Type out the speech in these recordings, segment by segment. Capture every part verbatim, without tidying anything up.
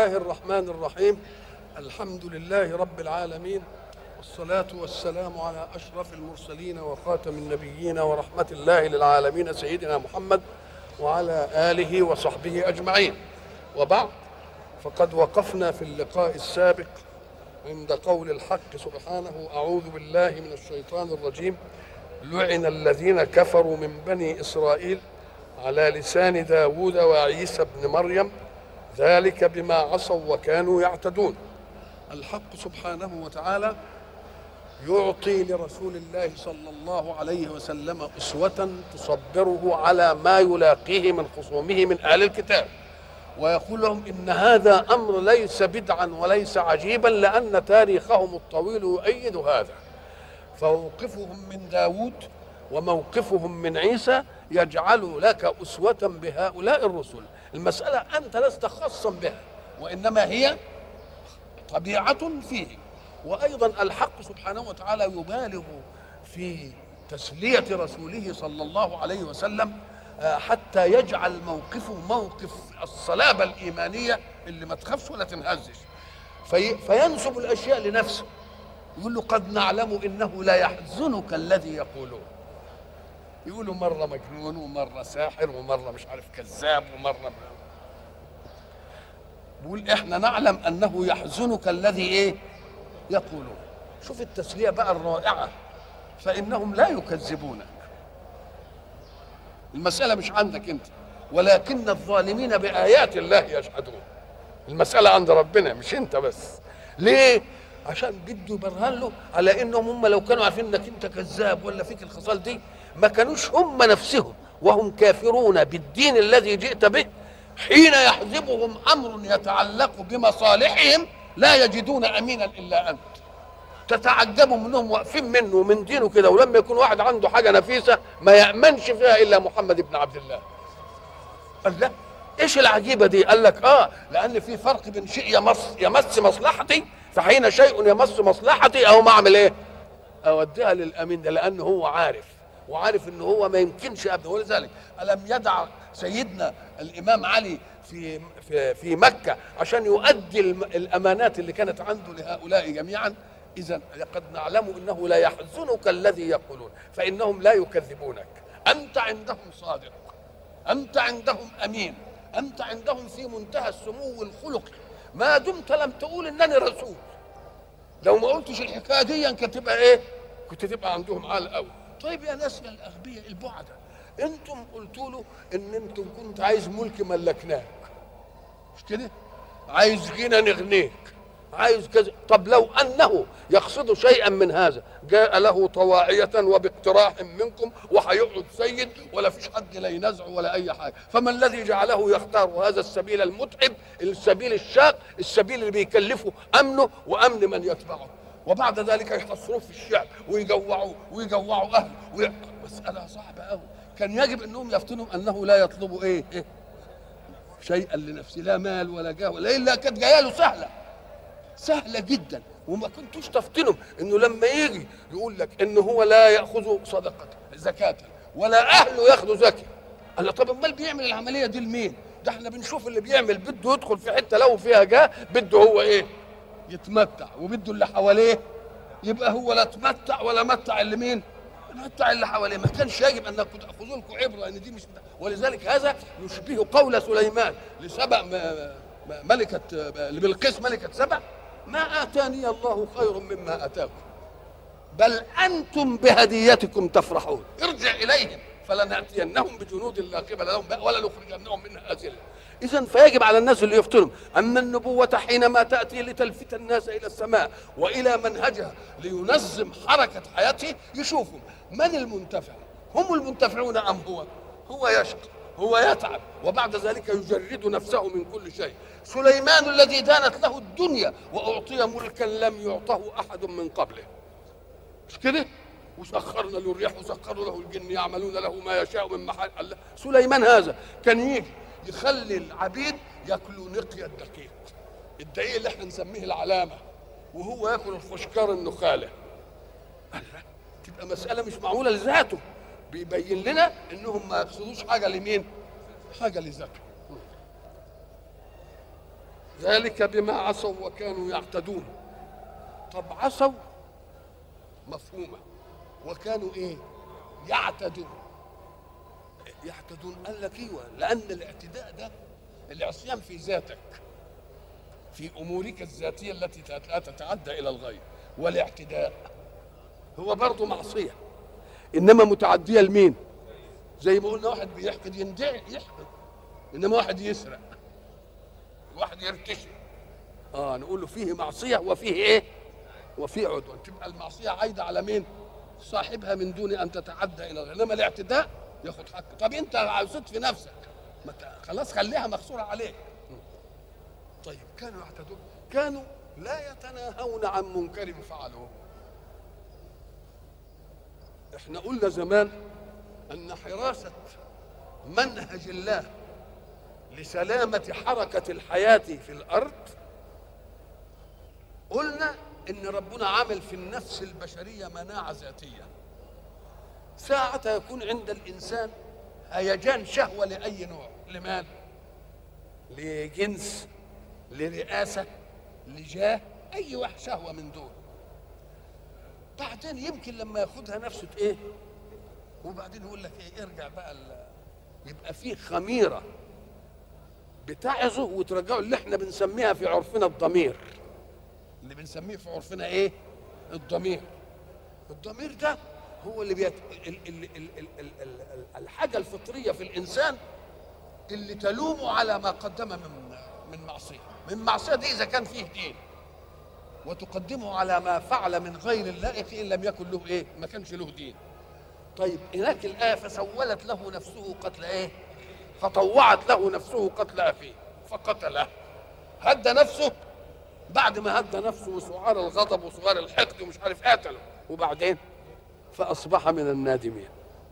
الله الرحمن الرحيم. الحمد لله رب العالمين، والصلاة والسلام على أشرف المرسلين وخاتم النبيين ورحمة الله للعالمين سيدنا محمد وعلى آله وصحبه أجمعين. وبعد، فقد وقفنا في اللقاء السابق عند قول الحق سبحانه: أعوذ بالله من الشيطان الرجيم. لعن الذين كفروا من بني إسرائيل على لسان داود وعيسى بن مريم ذلك بما عصوا وكانوا يعتدون. الحق سبحانه وتعالى يعطي لرسول الله صلى الله عليه وسلم أسوة تصبره على ما يلاقيه من خصومه من أهل الكتاب، ويقول لهم إن هذا أمر ليس بدعا وليس عجيبا، لأن تاريخهم الطويل يؤيد هذا. فموقفهم من داود وموقفهم من عيسى يجعل لك أسوة بهؤلاء الرسل. المسألة أنت لست خاصا بها، وإنما هي طبيعة فيه. وأيضا الحق سبحانه وتعالى يبالغ في تسلية رسوله صلى الله عليه وسلم حتى يجعل موقفه موقف الصلابة الإيمانية اللي ما تخافش ولا تنهزش، في فينسب الأشياء لنفسه. يقول له: قد نعلم إنه لا يحزنك الذي يقولون. يقولوا مرة مجنون ومرة ساحر ومرة مش عارف كذاب ومرة، بيقول إحنا نعلم أنه يحزنك الذي إيه يقولون. شوف التسلية بقى الرائعة، فإنهم لا يكذبونك. المسألة مش عندك أنت، ولكن الظالمين بآيات الله يجحدون. المسألة عند ربنا مش أنت بس. ليه؟ عشان بده يبرهن له على انهم هم لو كانوا عارفين انك انت كذاب ولا فيك الخصال دي ما كانوش هم نفسهم وهم كافرون بالدين الذي جئت به حين يحزبهم امر يتعلق بمصالحهم لا يجدون امينا الا انت. تتعجبوا منهم واقفين منه ومن دينه كده، ولما يكون واحد عنده حاجه نفيسه ما يامنش فيها الا محمد بن عبد الله. قال لا، ايش العجيبه دي؟ قال لك اه لان في فرق بين شيء يمس يمس مصلحتي، فحين شيء يمس مصلحتي او ما اعمل ايه؟ اوديها للامين ده، لانه هو عارف وعارف ان هو ما يمكنش ابدا. ولذلك الم يدع سيدنا الامام علي في في في مكه عشان يؤدي الامانات اللي كانت عنده لهؤلاء جميعا. اذا قد نعلم انه لا يحزنك الذي يقولون، فانهم لا يكذبونك. انت عندهم صادق، انت عندهم امين، انت عندهم في منتهى السمو الخلقي، ما دمت لم تقول انني رسول. لو ما قلتش الحكايه دي كانت تبقى ايه؟ كنت تبقى عندهم عال قوي. طيب يا ناس يا الاغبياء البعدة، انتم قلتوا له ان انتم كنت عايز ملك ملكناك، مش كده؟ عايز غنى نغنيك، عايز كذا. طب لو انه يقصد شيئا من هذا جاء له طواعية وباقتراح منكم وهيقعد سيد ولا فيش حد لا ينازعه ولا اي حاجه، فما الذي جعله يختار هذا السبيل المتعب، السبيل الشاق، السبيل اللي بيكلفه امنه وامن من يتبعه، وبعد ذلك يحصروه في الشعب ويجوعوا ويجوعوا اهله وي... مساله صعبه قوي. كان يجب انهم يفتنوا انه لا يطلبوا ايه, إيه؟ شيئا لنفسه، لا مال ولا جاه ولا الا كانت جايه له سهله سهله جدا. وما كنتوش تفتنهم انه لما يجي يقول لك انه هو لا ياخذ صدقه زكاه ولا اهله ياخذوا زكاه. قال له طب امال بيعمل العمليه دي لمين؟ ده احنا بنشوف اللي بيعمل بده يدخل في حته لو فيها جاه بده هو ايه؟ يتمتع، وبده اللي حواليه يبقى هو لا تمتع ولا متع اللي مين؟ متع اللي حواليه. ما كانش يجب انكم تاخذوا لكم عبره ان دي مش. ولذلك هذا يشبه قول سليمان لسبأ ملكه لبلقيس ملكه سبأ: ما آتاني الله خير مما آتاكم بل أنتم بهديتكم تفرحون ارجع إليهم فلنأتينهم بجنود لا قبل لهم ولا نخرجنهم منها أذلة. إذن فيجب على الناس اللي يفتنهم أن النبوة حينما تأتي لتلفت الناس إلى السماء وإلى منهجها لينظم حركة حياته يشوفوا من المنتفع. هم المنتفعون أم هو؟ هو يشقى، هو يتعب، وبعد ذلك يجرد نفسه من كل شيء. سليمان الذي دانت له الدنيا وأعطي ملكا لم يعطه أحد من قبله، مش كده؟ وسخرنا له الريح وسخرنا له الجن يعملون له ما يشاء من محل الله. سليمان هذا كان يجي يخلي العبيد ياكلوا نقي الدقيق، الدقيق اللي احنا نسميه العلامة، وهو ياكل الفشكار النخالة. تبقى مسألة مش معمولة لذاته، بيبين لنا انهم ما يقصدوش حاجة لمين؟ حاجة لذاته. ذلك بما عصوا وكانوا يعتدون. طب عصوا مفهومه، وكانوا ايه؟ يعتدون. يعتدون قال لك ايوه، لان الاعتداء ده العصيان في ذاتك، في امورك الذاتيه التي لا تتعدى الى الغير، والاعتداء هو برضه معصيه، انما متعديه لمين؟ زي ما قلنا واحد بيحقد يندعي يحقد، انما واحد يسرق، واحد يرتشي، اه نقول له فيه معصيه وفيه ايه؟ وفيه عدوان. تبقى المعصيه عايده على مين؟ صاحبها من دون ان تتعدى الى الغير، انما الاعتداء ياخد حقه. طب انت عصيت في نفسك، خلاص خليها مقصوره عليك. طيب كانوا يعتدون، كانوا لا يتناهون عن منكر فعلوه. احنا قلنا زمان ان حراسه منهج الله لسلامه حركه الحياه في الارض، قلنا ان ربنا عامل في النفس البشريه مناعه ذاتيه. ساعة يكون عند الانسان هيجان شهوه لاي نوع، لمال، لجنس، لرئاسه، لجاه، اي واحد شهوه من دول، بعدين يمكن لما ياخدها نفسه ايه، وبعدين يقول لك ايه، ارجع بقى، يبقى فيه خميره بتعظه وترجعه، اللي احنا بنسميها في عرفنا الضمير، اللي بنسميه في عرفنا ايه؟ الضمير. الضمير ده هو اللي بيت... ال... ال... ال... ال... ال... ال... الحاجه الفطريه في الانسان اللي تلومه على ما قدم من من معصيه، من معصيه دي اذا كان فيه دين، وتقدمه على ما فعل من غير اللائق ان لم يكن له ايه؟ ما كانش له دين. طيب هناك الايه فسولت له نفسه قتل ايه؟ فطوعت له نفسه قتل اخيه فقتله، هدى نفسه، بعد ما هدى نفسه وسعار الغضب وسعار الحقد ومش عارف قتله، وبعدين فاصبح من النادمين،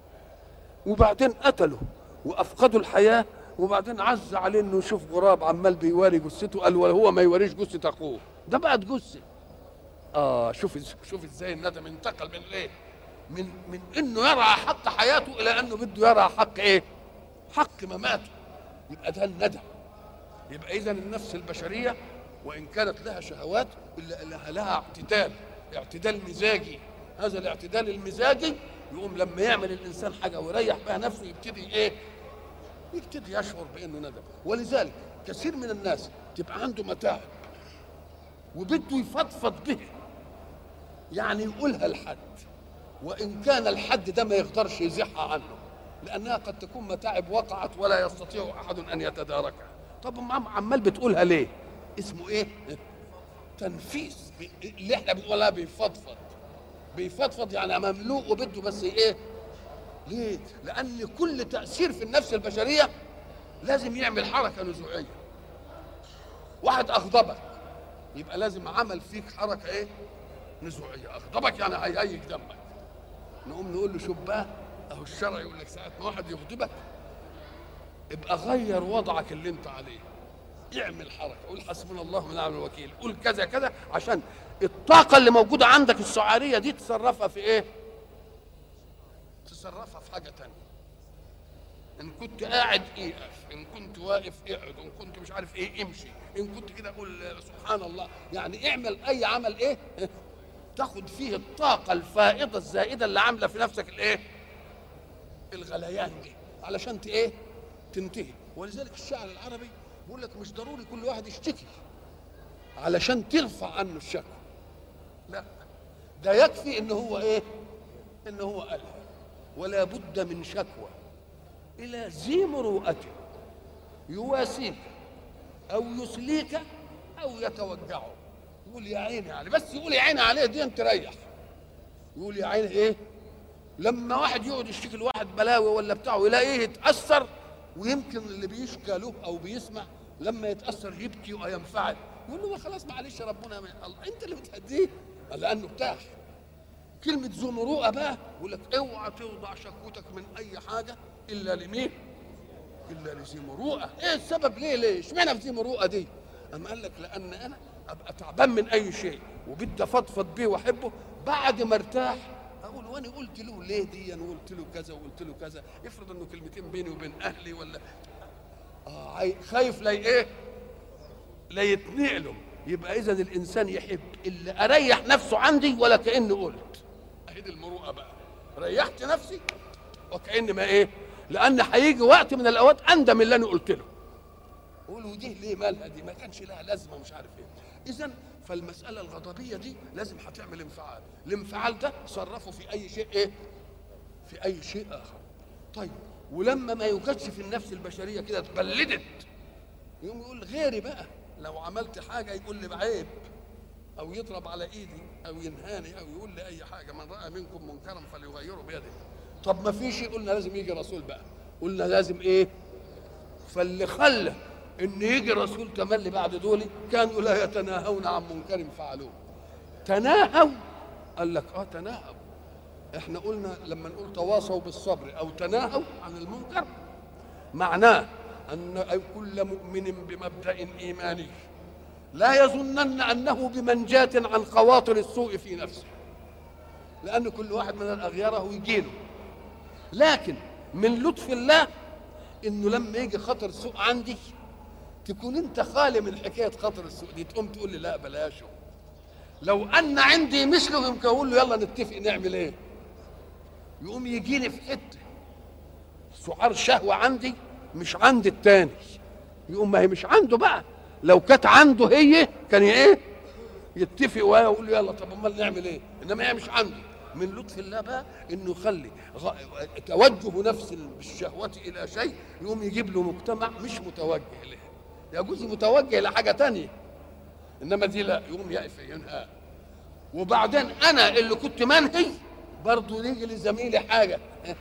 وبعدين قتله وافقدوا الحياه، وبعدين عز عليه انه يشوف غراب عمال بيواري جثته، قال وهو ما يوريش جثه اخوه، ده بقت جثه. اه شوف شوف ازاي الندم انتقل من ايه؟ من من انه يرى حق حياته الى انه بده يرى حق ايه؟ حق مماته. يبقى ده الندم. يبقى اذا النفس البشريه وان كانت لها شهوات الا لها, لها اعتدال، اعتدال مزاجي. هذا الاعتدال المزاجي يقوم لما يعمل الانسان حاجه ويريح بها نفسه يبتدي ايه؟ يبتدي يشعر بانه ندم. ولذلك كثير من الناس تبقى عنده متاعب وبده يفضفض به، يعني يقولها لحد، وان كان الحد ده ما يقدرش يزحها عنه، لانها قد تكون متاعب وقعت ولا يستطيع احد ان يتداركها. طب عمال بتقولها ليه؟ اسمه ايه؟ تنفيس. اللي احنا بنقولها بيفضفض، بيفضفض يعني مملوء وبده بس ايه؟ ليه؟ لان كل تاثير في النفس البشريه لازم يعمل حركه نزوعيه. واحد اغضبك يبقى لازم عمل فيك حركه ايه؟ نزوعيه. اغضبك يعني هيهيج دمك. نقوم نقول له شوف بقى، اهو الشرع يقول لك ساعه ما واحد يغضبك ابقى غير وضعك اللي انت عليه، اعمل حركه، قول حسبنا الله ونعم الوكيل، قول كذا كذا، عشان الطاقه اللي موجوده عندك السعاريه دي تصرفها في ايه؟ تصرفها في حاجه ثانيه. ان كنت قاعد اقف، ان كنت واقف اقعد، ان كنت مش عارف ايه امشي، ان كنت كده قول سبحان الله، يعني اعمل اي عمل ايه؟ تاخد فيه الطاقه الفائضه الزائده اللي عامله في نفسك الايه؟ الغليان دي، علشان ايه؟ تنتهي. ولذلك الشاعر العربي بيقول لك مش ضروري كل واحد يشتكي علشان ترفع عنه الشكوى، لا، ده يكفي ان هو ايه؟ ان هو قالها. ولا بد من شكوى الى ذي مروءة يواسيك او يسليك او يتوجعه. يقول يا عيني عليه، بس يقول يا عيني عليه دي انت ريح. يقول يا عيني ايه؟ لما واحد يقعد يشتكي لواحد بلاوي ولا بتاعه يلاقيه يتاثر، ويمكن اللي بيشكى له او بيسمع لما يتاثر يبكي وينفعل، يقول له ما خلاص معلش ربنا ما... الله انت اللي بتهديه لانه ارتاح. كلمه ذو مروءه بقى يقول لك اوعى توضع شكوتك من اي حاجه الا لمين؟ الا لذي مروءه. ايه السبب؟ ليه ليه اشمعنى في ذي مروءه دي؟ اما قال لك لان انا ابقى تعبان من اي شيء وبدي افضفض بيه واحبه، بعد ما ارتاح اقول وانا قلت له ليه دي، انا قلت له كذا وقلت له كذا، افرض انه كلمتين بيني وبين اهلي ولا اه خايف لا ايه؟ لا يتنقلوا. يبقى اذا الانسان يحب اللي اريح نفسه عندي ولا كاني قلت. اهي دي المروءه بقى، ريحت نفسي وكأن ما ايه، لان هيجي وقت من الاوقات اندم اللي انا قلت له، اقول له دي ليه مالها، دي ما كانش لها لازمه مش عارف ايه. اذا فالمساله الغضبيه دي لازم هتعمل انفعال، الانفعال ده صرفه في اي شيء ايه، في اي شيء اخر. طيب ولما ما يوجدش في النفس البشريه كده اتبلدت، يقوم يقول غيري بقى لو عملت حاجه يقول لي بعيب، او يضرب على ايدي، او ينهاني، او يقول لي اي حاجه، من راى منكم منكرا فليغيره بيده. طب ما فيش، قلنا لازم يجي رسول بقى، قلنا لازم ايه، فاللي خلى ان يجي رسول تملي بعد دول كانوا لا يتناهون عن منكر فعلوه. تناهوا، قال لك اه تناهوا. احنا قلنا لما نقول تواصوا بالصبر او تناهوا عن المنكر، معناه ان كل مؤمن بمبدأ ايماني لا يظنن انه بمنجاة عن خواطر السوء في نفسه، لان كل واحد من الاغياره يجيله، لكن من لطف الله انه لما يجي خطر سوء عندي تكون انت خالي من حكايه خطر السوء دي، تقوم تقول لي لا بلاشه. لو ان عندي مثله يمكن اقول له يلا نتفق نعمل ايه، يقوم يجيني في حته سعار شهوه عندي مش عند التاني، يقوم ما هي مش عنده بقى، لو كانت عنده هي كان ايه يتفق وياه ويقول له يلا طب امال نعمل ايه، انما هي مش عنده. من لطف الله بقى انه يخلي توجه نفس بالشهوه الى شيء يقوم يجيب له مجتمع مش متوجه له، يجوز متوجه لحاجه تانية، انما دي لا، يقوم يقف ينهى. وبعدين انا اللي كنت منهي برضه يجي لزميلي حاجه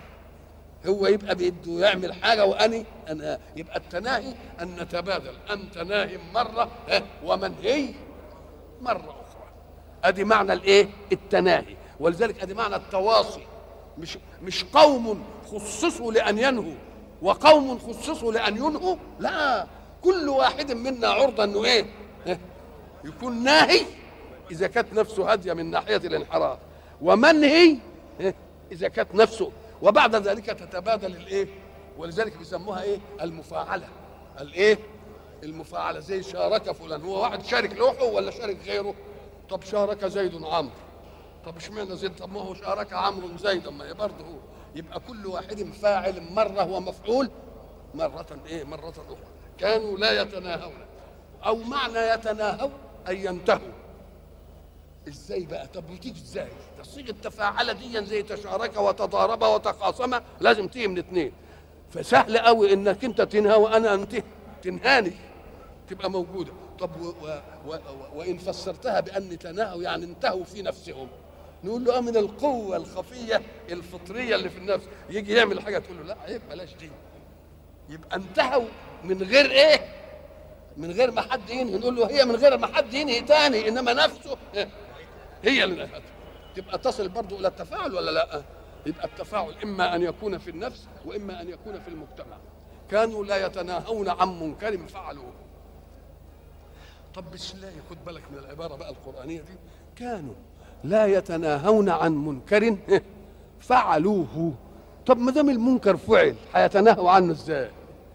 هو يبقى بده يعمل حاجه واني انا، يبقى التناهي ان نتبادل، انت ناهي مره ومنهي مره اخرى. ادي معنى الايه، التناهي. ولذلك ادي معنى التواصي، مش مش قوم خصصوا لان ينهوا وقوم خصصوا لان ينهوا، لا، كل واحد منا عرضه انه ايه يكون ناهي اذا كانت نفسه هاديه من ناحيه الانحراف، ومنهي اذا كانت نفسه، وبعد ذلك تتبادل الايه. ولذلك بيسموها ايه، المفاعله. الايه، المفاعله. زي شارك فلان، هو واحد شارك لوحه ولا شارك غيره؟ طب شارك زيد عمرو، طب اشمعنى زيد؟ طب ما هو شارك عمرو زيدا، ما هي برضه هو. يبقى كل واحد فاعل مره ومفعول مره ايه، مره اخرى. كانوا لا يتناهون، او معنى يتناهوا اي ينتهوا. ازاي بقى؟ طب وتيجي ازاي؟ تصيغه التفاعل دي زي تشارك وتضارب وتخاصم، لازم تيجي من اثنين. فسهل قوي انك انت تنهى وانا انتهي، تنهاني تبقى موجوده. طب و و و وان فسرتها بان تناهوا يعني انتهوا في نفسهم، نقول له اه من القوه الخفيه الفطريه اللي في النفس، يجي يعمل حاجه تقول له لا عيب بلاش دي، يبقى انتهوا من غير ايه، من غير ما حد ينهي. نقول له هي من غير ما حد ينهي تاني، انما نفسه هي اللي نهت. تبقى تصل برضه الى التفاعل ولا لا؟ يبقى التفاعل اما ان يكون في النفس واما ان يكون في المجتمع. كانوا لا يتناهون عن منكر فعلوه. طب بسم الله، خد بالك من العباره بقى القرانيه دي، كانوا لا يتناهون عن منكر فعلوه. طب ما دام المنكر فعل هيتناهوا عنه ازاي؟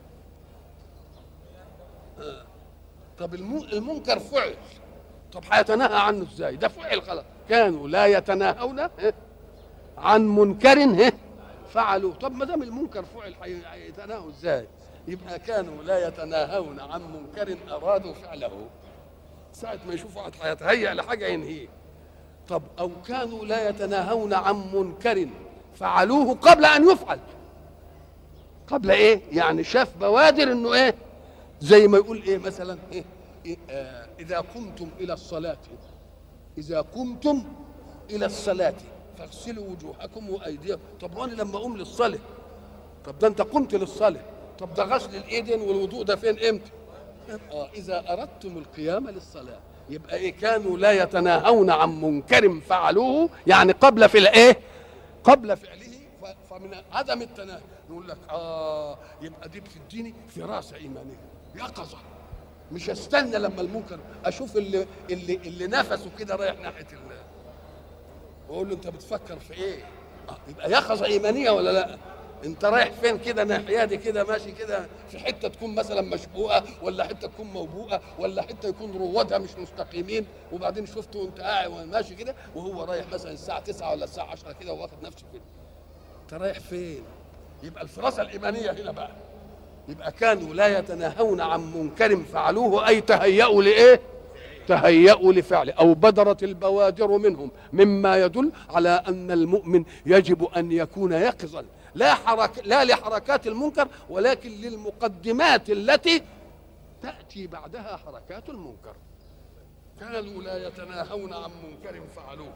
آه. طب المنكر فعل، طب هيتناهى عنه ازاي؟ ده فعل خلاص. كانوا لا يتناهون عن منكر فعلوه. طب ما دام المنكر فعل هيتناهوا ازاي؟ يبقى كانوا لا يتناهون عن منكر ارادوا فعله. ساعة ما يشوفوا واحد هيتهيأ لحاجة ينهيه. طب أو كانوا لا يتناهون عن منكر فعلوه قبل أن يفعل. قبل إيه؟ يعني شاف بوادر إنه إيه؟ زي ما يقول إيه مثلا إيه؟ إيه آه إذا قمتم إلى الصلاة، إذا قمتم إلى الصلاة فاغسلوا وجوهكم وأيديكم. طب وأنا لما أقوم للصلاة، طب ده أنت قمت للصلاة، طب ده غسل الإيدين والوضوء ده فين إمتى؟ آه إذا أردتم القيام للصلاة. يبقى إيه؟ كانوا لا يتناهون عن منكر فعلوه، يعني قبل في الإيه؟ قبل فعله. فمن عدم التناهي نقول لك آه يبقى دي بتديني فراسة إيمانية، يقظة. مش استنى لما المنكر أشوف اللي اللي اللي نفسه كده رايح ناحية الله وأقول له أنت بتفكر في إيه؟ آه يبقى يقظة إيمانية ولا لا؟ انت رايح فين كده ناحيه دي كده ماشي كده في حته تكون مثلا مشبوقه ولا حته تكون موبوءه ولا حته يكون روادها مش مستقيمين، وبعدين شفته وانت قاعد ماشي كده وهو رايح مثلا الساعه تسعة ولا الساعه عشرة كده واخد نفسه كده، انت رايح فين؟ يبقى الفراسه الايمانيه هنا بقى، يبقى كانوا لا يتناهون عن منكر فعلوه، اي تهيأوا لايه؟ تهيأوا لفعله، او بدرت البوادر منهم، مما يدل على ان المؤمن يجب ان يكون يقظا لا حرك لا لحركات المنكر ولكن للمقدمات التي تأتي بعدها حركات المنكر. كانوا لا يتناهون عن منكر فعلوه.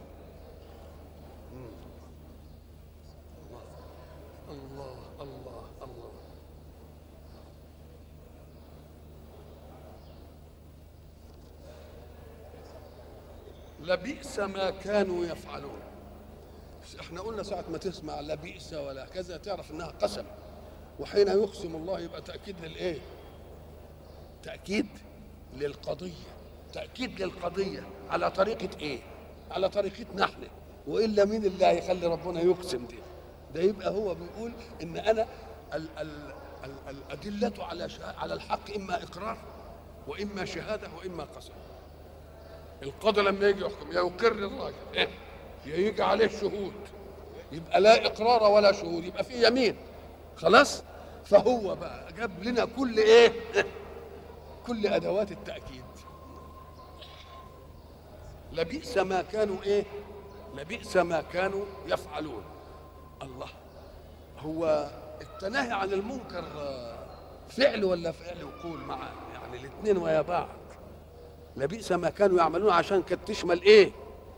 الله الله الله. لبئس ما كانوا يفعلون. احنا قلنا ساعة ما تسمع لبئس ولا كذا تعرف انها قسم، وحين يقسم الله يبقى تأكيد للايه؟ تأكيد للقضية، تأكيد للقضية على طريقة ايه؟ على طريقتنا احنا، والا مين اللي هيخلي ربنا يقسم دي؟ ده يبقى هو بيقول ان انا ال ال ال الأدلة على على الحق اما اقرار واما شهادة واما قسم. القاضي لما يجي يحكم يا يقر الراجل إيه؟ يا يجي عليه الشهود، يبقى لا اقرار ولا شهود، يبقى في يمين خلاص. فهو بقى جاب لنا كل ايه؟ كل ادوات التاكيد. لبئس ما كانوا ايه؟ لبئس ما كانوا يفعلون. الله، هو التناهي عن المنكر فعل ولا فعل وقول معا؟ يعني الاثنين ويا بعض. لبئس ما كانوا يعملون عشان كانت تشمل ايه؟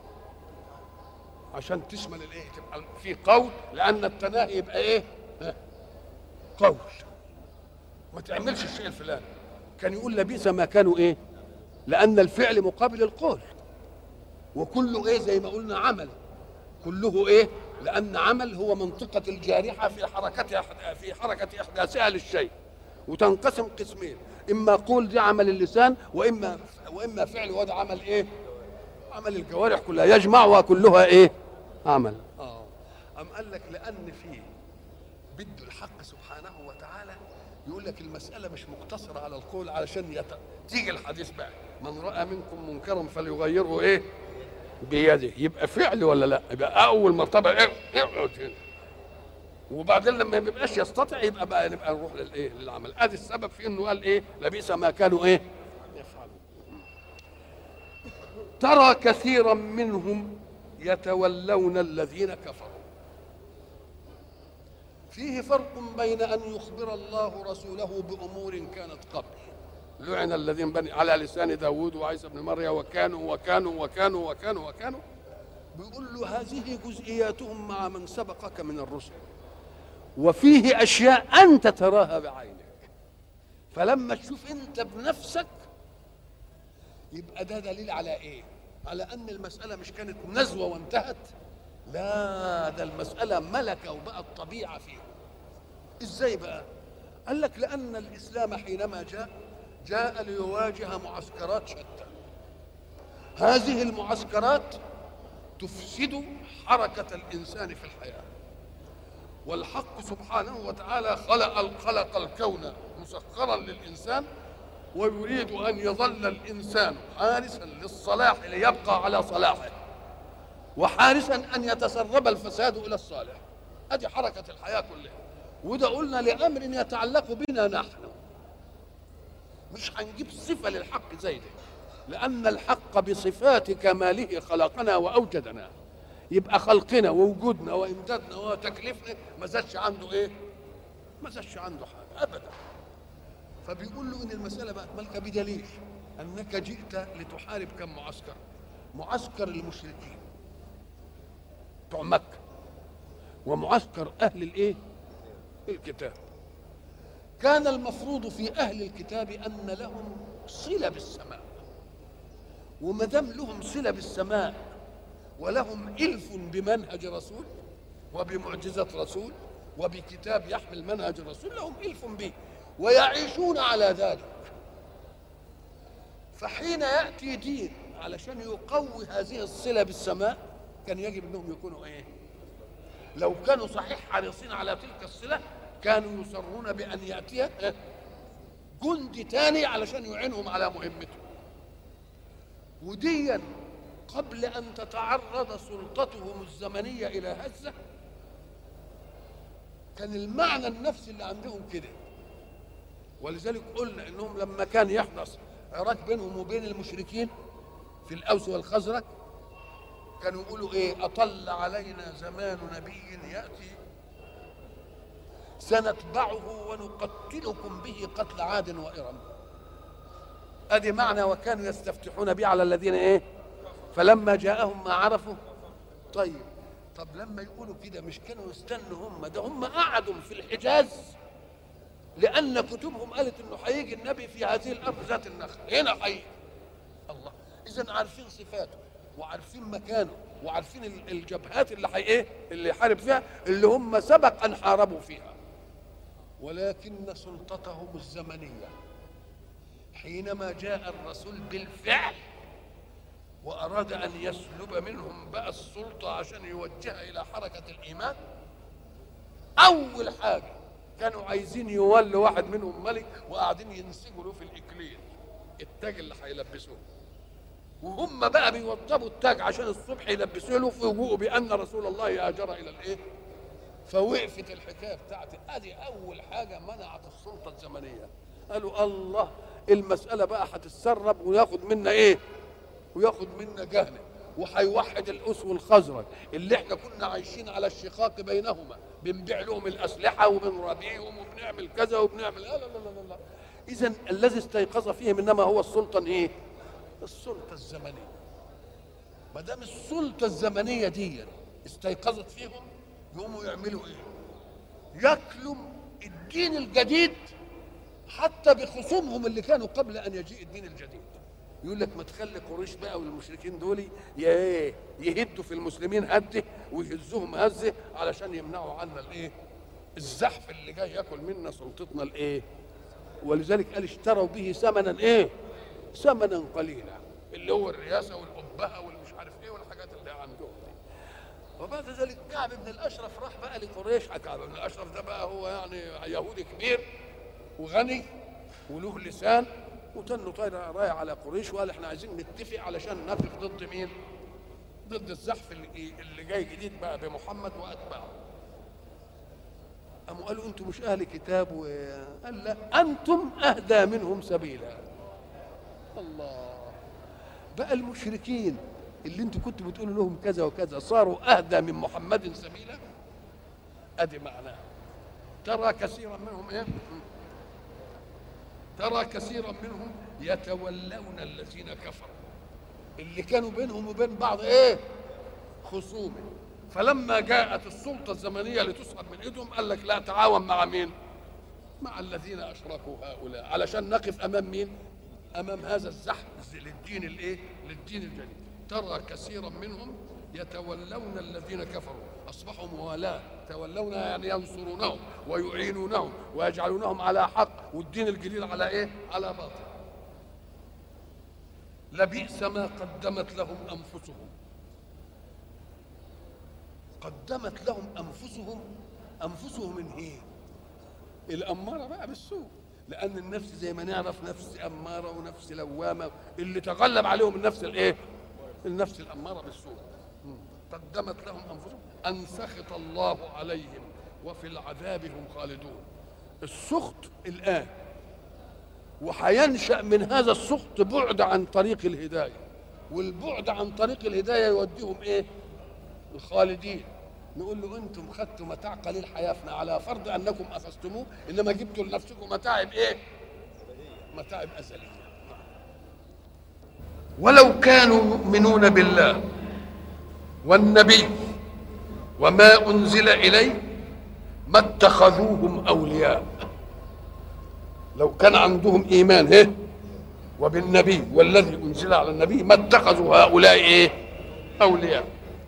عشان تشمل الايه؟ تبقى في قول، لان التناهي يبقى ايه؟ قول، ما تعملش الشيء الفلاني. كان يقول لبئس ما كانوا ايه؟ لان الفعل مقابل القول، وكله ايه؟ زي ما قلنا عمل، كله ايه؟ لان عمل هو منطقه الجارحه في حركتها في حركه احداثها للشيء، وتنقسم قسمين، اما قول دي عمل اللسان، واما واما فعل وده عمل ايه؟ عمل الجوارح كلها، يجمعها كلها ايه؟ عمل. اه ام قال لك لان في بده الحق سبحانه وتعالى يقول لك المساله مش مقتصره على القول، علشان يت... تيجي الحديث بقى من راى منكم منكرا فليغيره ايه؟ بيده. يبقى فعل ولا لا؟ يبقى اول مرتبه ايه؟ اقعد. وبعدين لما ما يبقاش يستطيع يبقى بقى نبقى نروح للايه؟ للعمل. ادي السبب في انه قال ايه؟ لبئس ما كانوا ايه؟ يفعلون. ترى كثيرا منهم يتولون الذين كفروا. فيه فرق بين ان يخبر الله رسوله بامور كانت قبل، لعن الذين بني على لسان داود وعيسى بن مريم وكانوا وكانوا وكانوا وكانوا وكانوا. بيقول له هذه جزئياتهم مع من سبقك من الرسل، وفيه اشياء انت تراها بعينك، فلما تشوف انت بنفسك يبقى ده دليل على ايه؟ على ان المساله مش كانت نزوه وانتهت، لا ده المساله ملكه وبقت طبيعه فيه. ازاي بقى؟ قال لك لان الاسلام حينما جاء جاء ليواجه معسكرات شتى. هذه المعسكرات تفسد حركه الانسان في الحياه، والحق سبحانه وتعالى خلق خلق الكون مسخرا للإنسان، ويريد أن يظل الإنسان حارسا للصلاح ليبقى على صلاحه، وحارسا أن يتسرب الفساد إلى الصالح. هذه حركة الحياة كلها، وده قلنا لأمر يتعلق بنا نحن، مش هنجيب صفة للحق زي ده، لأن الحق بصفات كماله خلقنا وأوجدنا، يبقى خلقنا ووجودنا وامدادنا وتكليفنا ما زادش عنده ايه؟ ما زادش عنده حاجه ابدا. فبيقول له ان المساله بقت مالكه بدليل انك جئت لتحارب كم معسكر؟ معسكر المشركين بتوع مكه، ومعسكر اهل الايه؟ الكتاب. كان المفروض في اهل الكتاب ان لهم صله بالسماء، وما دام لهم صله بالسماء ولهم إلف بمنهج رسول وبمعجزة رسول وبكتاب يحمل منهج الرسول، لهم إلف به ويعيشون على ذلك. فحين يأتي دين علشان يقوي هذه الصلة بالسماء كان يجب أنهم يكونوا إيه؟ لو كانوا صحيح حريصين على تلك الصلة كانوا يصرون بأن يأتي جندي تاني علشان يعينهم على مهمته. وديا قبل أن تتعرض سلطتهم الزمنية إلى هزة كان المعنى النفسي اللي عندهم كده. ولذلك قلنا انهم لما كان يحدث عراك بينهم وبين المشركين في الأوس والخزرج كانوا يقولوا ايه؟ أطل علينا زمان نبي يأتي سنتبعه ونقتلكم به قتل عاد وإرم. ادي معنى وكانوا يستفتحون به على الذين ايه؟ فلما جاءهم ما عرفوا. طيب طب لما يقولوا كده مش كانوا يستنوا هم؟ ده هم قعدوا في الحجاز لأن كتبهم قالت انه هيجي النبي في هذه الأرض ذات النخل هنا حقيقي. الله، إذا عارفين صفاته وعارفين مكانه وعارفين الجبهات اللي حي ايه؟ اللي يحارب فيها، اللي هم سبق أن حاربوا فيها. ولكن سلطتهم الزمنية حينما جاء الرسول بالفعل وأراد أن يسلب منهم بقى السلطة عشان يوجهها إلى حركة الإيمان، أول حاجة كانوا عايزين يولوا واحد منهم ملك وقاعدين ينسجوا له في الإكليل التاج اللي هيلبسوه، وهم بقى بيوضبوا التاج عشان الصبح يلبسوه له فوجئوا بأن رسول الله هاجر إلى الإيه؟ فوقفت الحكاية بتاعتي. أدي أول حاجة منعت السلطة الزمنية. قالوا الله المسألة بقى هتتسرب وياخد منا إيه؟ وياخد منا جهنم، وهيوحد الأس والخزرج اللي احنا كنا عايشين على الشقاق بينهما، بنبيع لهم الأسلحة وبنرابيهم وبنعمل كذا وبنعمل لا لا لا لا لا. إذن الذي استيقظ فيهم إنما هو السلطة إيه؟ السلطة الزمنية. ما دام السلطة الزمنية دي استيقظت فيهم يقوموا يعملوا إيه؟ ياكلوا الدين الجديد حتى بخصومهم اللي كانوا قبل أن يجيء الدين الجديد. يقول لك ما تخلي قريش بقى والمشركين دول يهدوا في المسلمين هده ويهزوهم هزه علشان يمنعوا عنا الايه؟ الزحف اللي جاي ياكل منا سلطتنا الايه؟ ولذلك قال اشتروا به ثمنا ايه؟ ثمنا قليلا، اللي هو الرئاسه والابهه والمش عارف ايه والحاجات اللي عندهم دي. وبعد ذلك كعب بن الاشرف راح بقى لقريش. كعب بن الاشرف ده بقى هو يعني يهودي كبير وغني وله لسان، وتنه طاير رايح على قريش وقال احنا عايزين نتفق علشان نقف ضد مين؟ ضد الزحف اللي, اللي جاي جديد بقى بمحمد واتباعه. قاموا قالوا انتم مش اهل كتاب؟ وقال لا انتم اهدى منهم سبيلا. الله، بقى المشركين اللي انتم كنتوا بتقولوا لهم كذا وكذا صاروا اهدى من محمد سبيلا. ادي معناه. ترى كثيرا منهم ايه؟ ترى كثيرا منهم يتولون الذين كفروا، اللي كانوا بينهم وبين بعض ايه؟ خصومه. فلما جاءت السلطه الزمنيه لتسحب من ايدهم قال لك لا، تعاون مع مين؟ مع الذين اشركوا هؤلاء علشان نقف امام مين؟ امام هذا الزحف للدين الايه؟ للدين الجديد. ترى كثيرا منهم يتولون الذين كفروا، اصبحوا موالاه، تولون يعني ينصرونهم ويعينونهم ويجعلونهم على حق والدين الجديد على ايه؟ على باطل. لبئس ما قدمت لهم انفسهم. قدمت لهم انفسهم، انفسهم من ايه؟ الاماره بقى بالسوء، لان النفس زي ما نعرف نفس اماره ونفس لوامه، اللي تغلب عليهم النفس الايه؟ النفس الاماره بالسوء. قدمت لهم انفسهم ان سخط الله عليهم وفي العذاب هم خالدون. السخط الان، وحينشا من هذا السخط بعد عن طريق الهدايه، والبعد عن طريق الهدايه يوديهم ايه؟ الخالدين. نقول له انتم خدتوا متاع قليل حياتنا على فرض انكم اخذتموه، انما جبتوا لنفسكم متاعب ايه؟ متاعب ازليه. ولو كانوا يؤمنون بالله والنبي وما انزل اليه ما اتخذوهم اولياء. لو كان عندهم ايمان هه وبالنبي والذي انزل على النبي ما اتخذوا هؤلاء ايه؟ اولياء،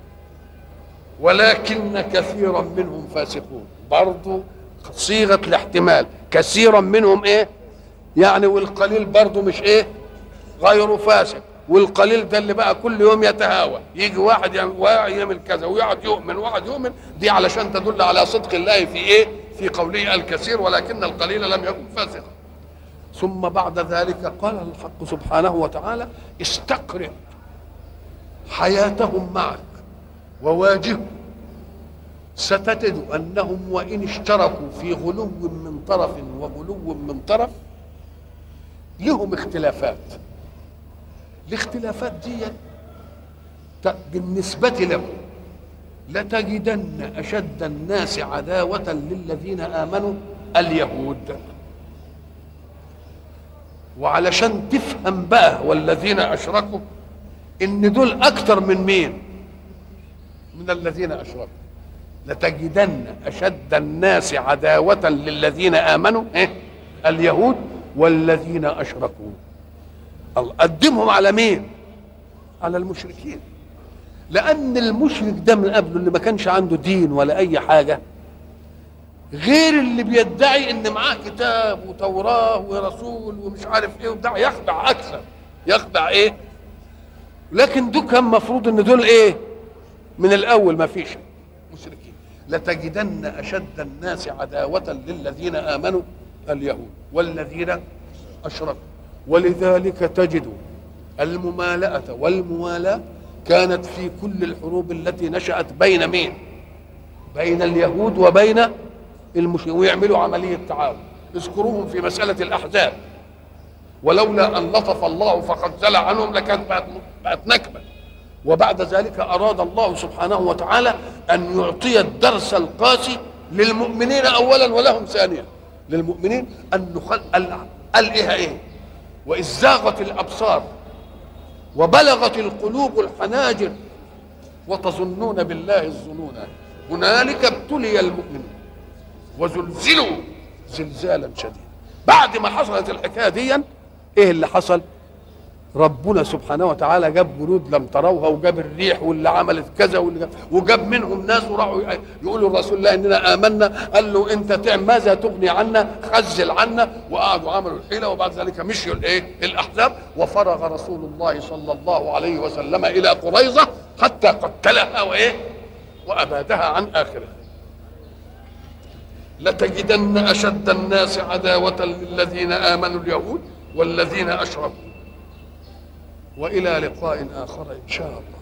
ولكن كثيرا منهم فاسقون. برضو صيغه الاحتمال، كثيرا منهم ايه؟ يعني والقليل برضو مش ايه؟ غير فاسق. والقليل ده اللي بقى كل يوم يتهاوى، يجي واحد يعمل كذا ويقعد يؤمن ويقعد يؤمن، دي علشان تدل على صدق الله في ايه؟ في قوله الكثير ولكن القليل لم يكن فاسقا. ثم بعد ذلك قال الحق سبحانه وتعالى: استقرئ حياتهم معك وواجههم، ستجد انهم وان اشتركوا في غلو من طرف وغلو من طرف لهم اختلافات. الاختلافات دي بالنسبة لهم لتجدن أشد الناس عداوة للذين آمنوا اليهود. وعلشان تفهم بقى والذين أشركوا إن دول أكتر من مين؟ من الذين أشركوا. لتجدن أشد الناس عداوة للذين آمنوا إيه؟ اليهود والذين أشركوا. قدمهم على مين؟ على المشركين. لأن المشرك ده من قبله اللي ما كانش عنده دين ولا أي حاجة، غير اللي بيدعي إن معاه كتاب وتوراة ورسول ومش عارف إيه وبتاع، يخدع أكثر، يخدع إيه؟ لكن دول كان مفروض إن دول إيه؟ من الأول ما فيش مشركين. لتجدن أشد الناس عداوة للذين آمنوا اليهود والذين أشركوا. ولذلك تجد الممالأة والموالاة كانت في كل الحروب التي نشأت بين مين؟ بين اليهود وبين المشركين، ويعملوا عملية تعاون. اذكروهم في مسألة الأحزاب، ولولا أن لطف الله فخذل عنهم لكانت بقت نكبة. وبعد ذلك أراد الله سبحانه وتعالى أن يعطي الدرس القاسي للمؤمنين أولا ولهم ثانيا. للمؤمنين أن نخل قال إيه إيه؟ وإذ زاغت الأبصار وبلغت القلوب الحناجر وتظنون بالله الظنون هنالك ابتلي المؤمنون وزلزلوا زلزالا شديدا. بعد ما حصلت الحكايه دي ايه اللي حصل؟ ربنا سبحانه وتعالى جاب جنود لم تروها، وجاب الريح واللي عملت كذا واللي وجاب منهم ناس وراحوا يقولوا لرسول الله اننا امنا. قال له انت تعمل ماذا تغني عنا؟ خزل عنا. وقعدوا عملوا الحيله، وبعد ذلك مشيوا الايه؟ الاحزاب. وفرغ رسول الله صلى الله عليه وسلم الى قريظه حتى قتلها وايه؟ وابادها عن اخرها. لتجدن اشد الناس عداوه للذين امنوا اليهود والذين اشركوا. والى لقاء اخر ان شاء الله.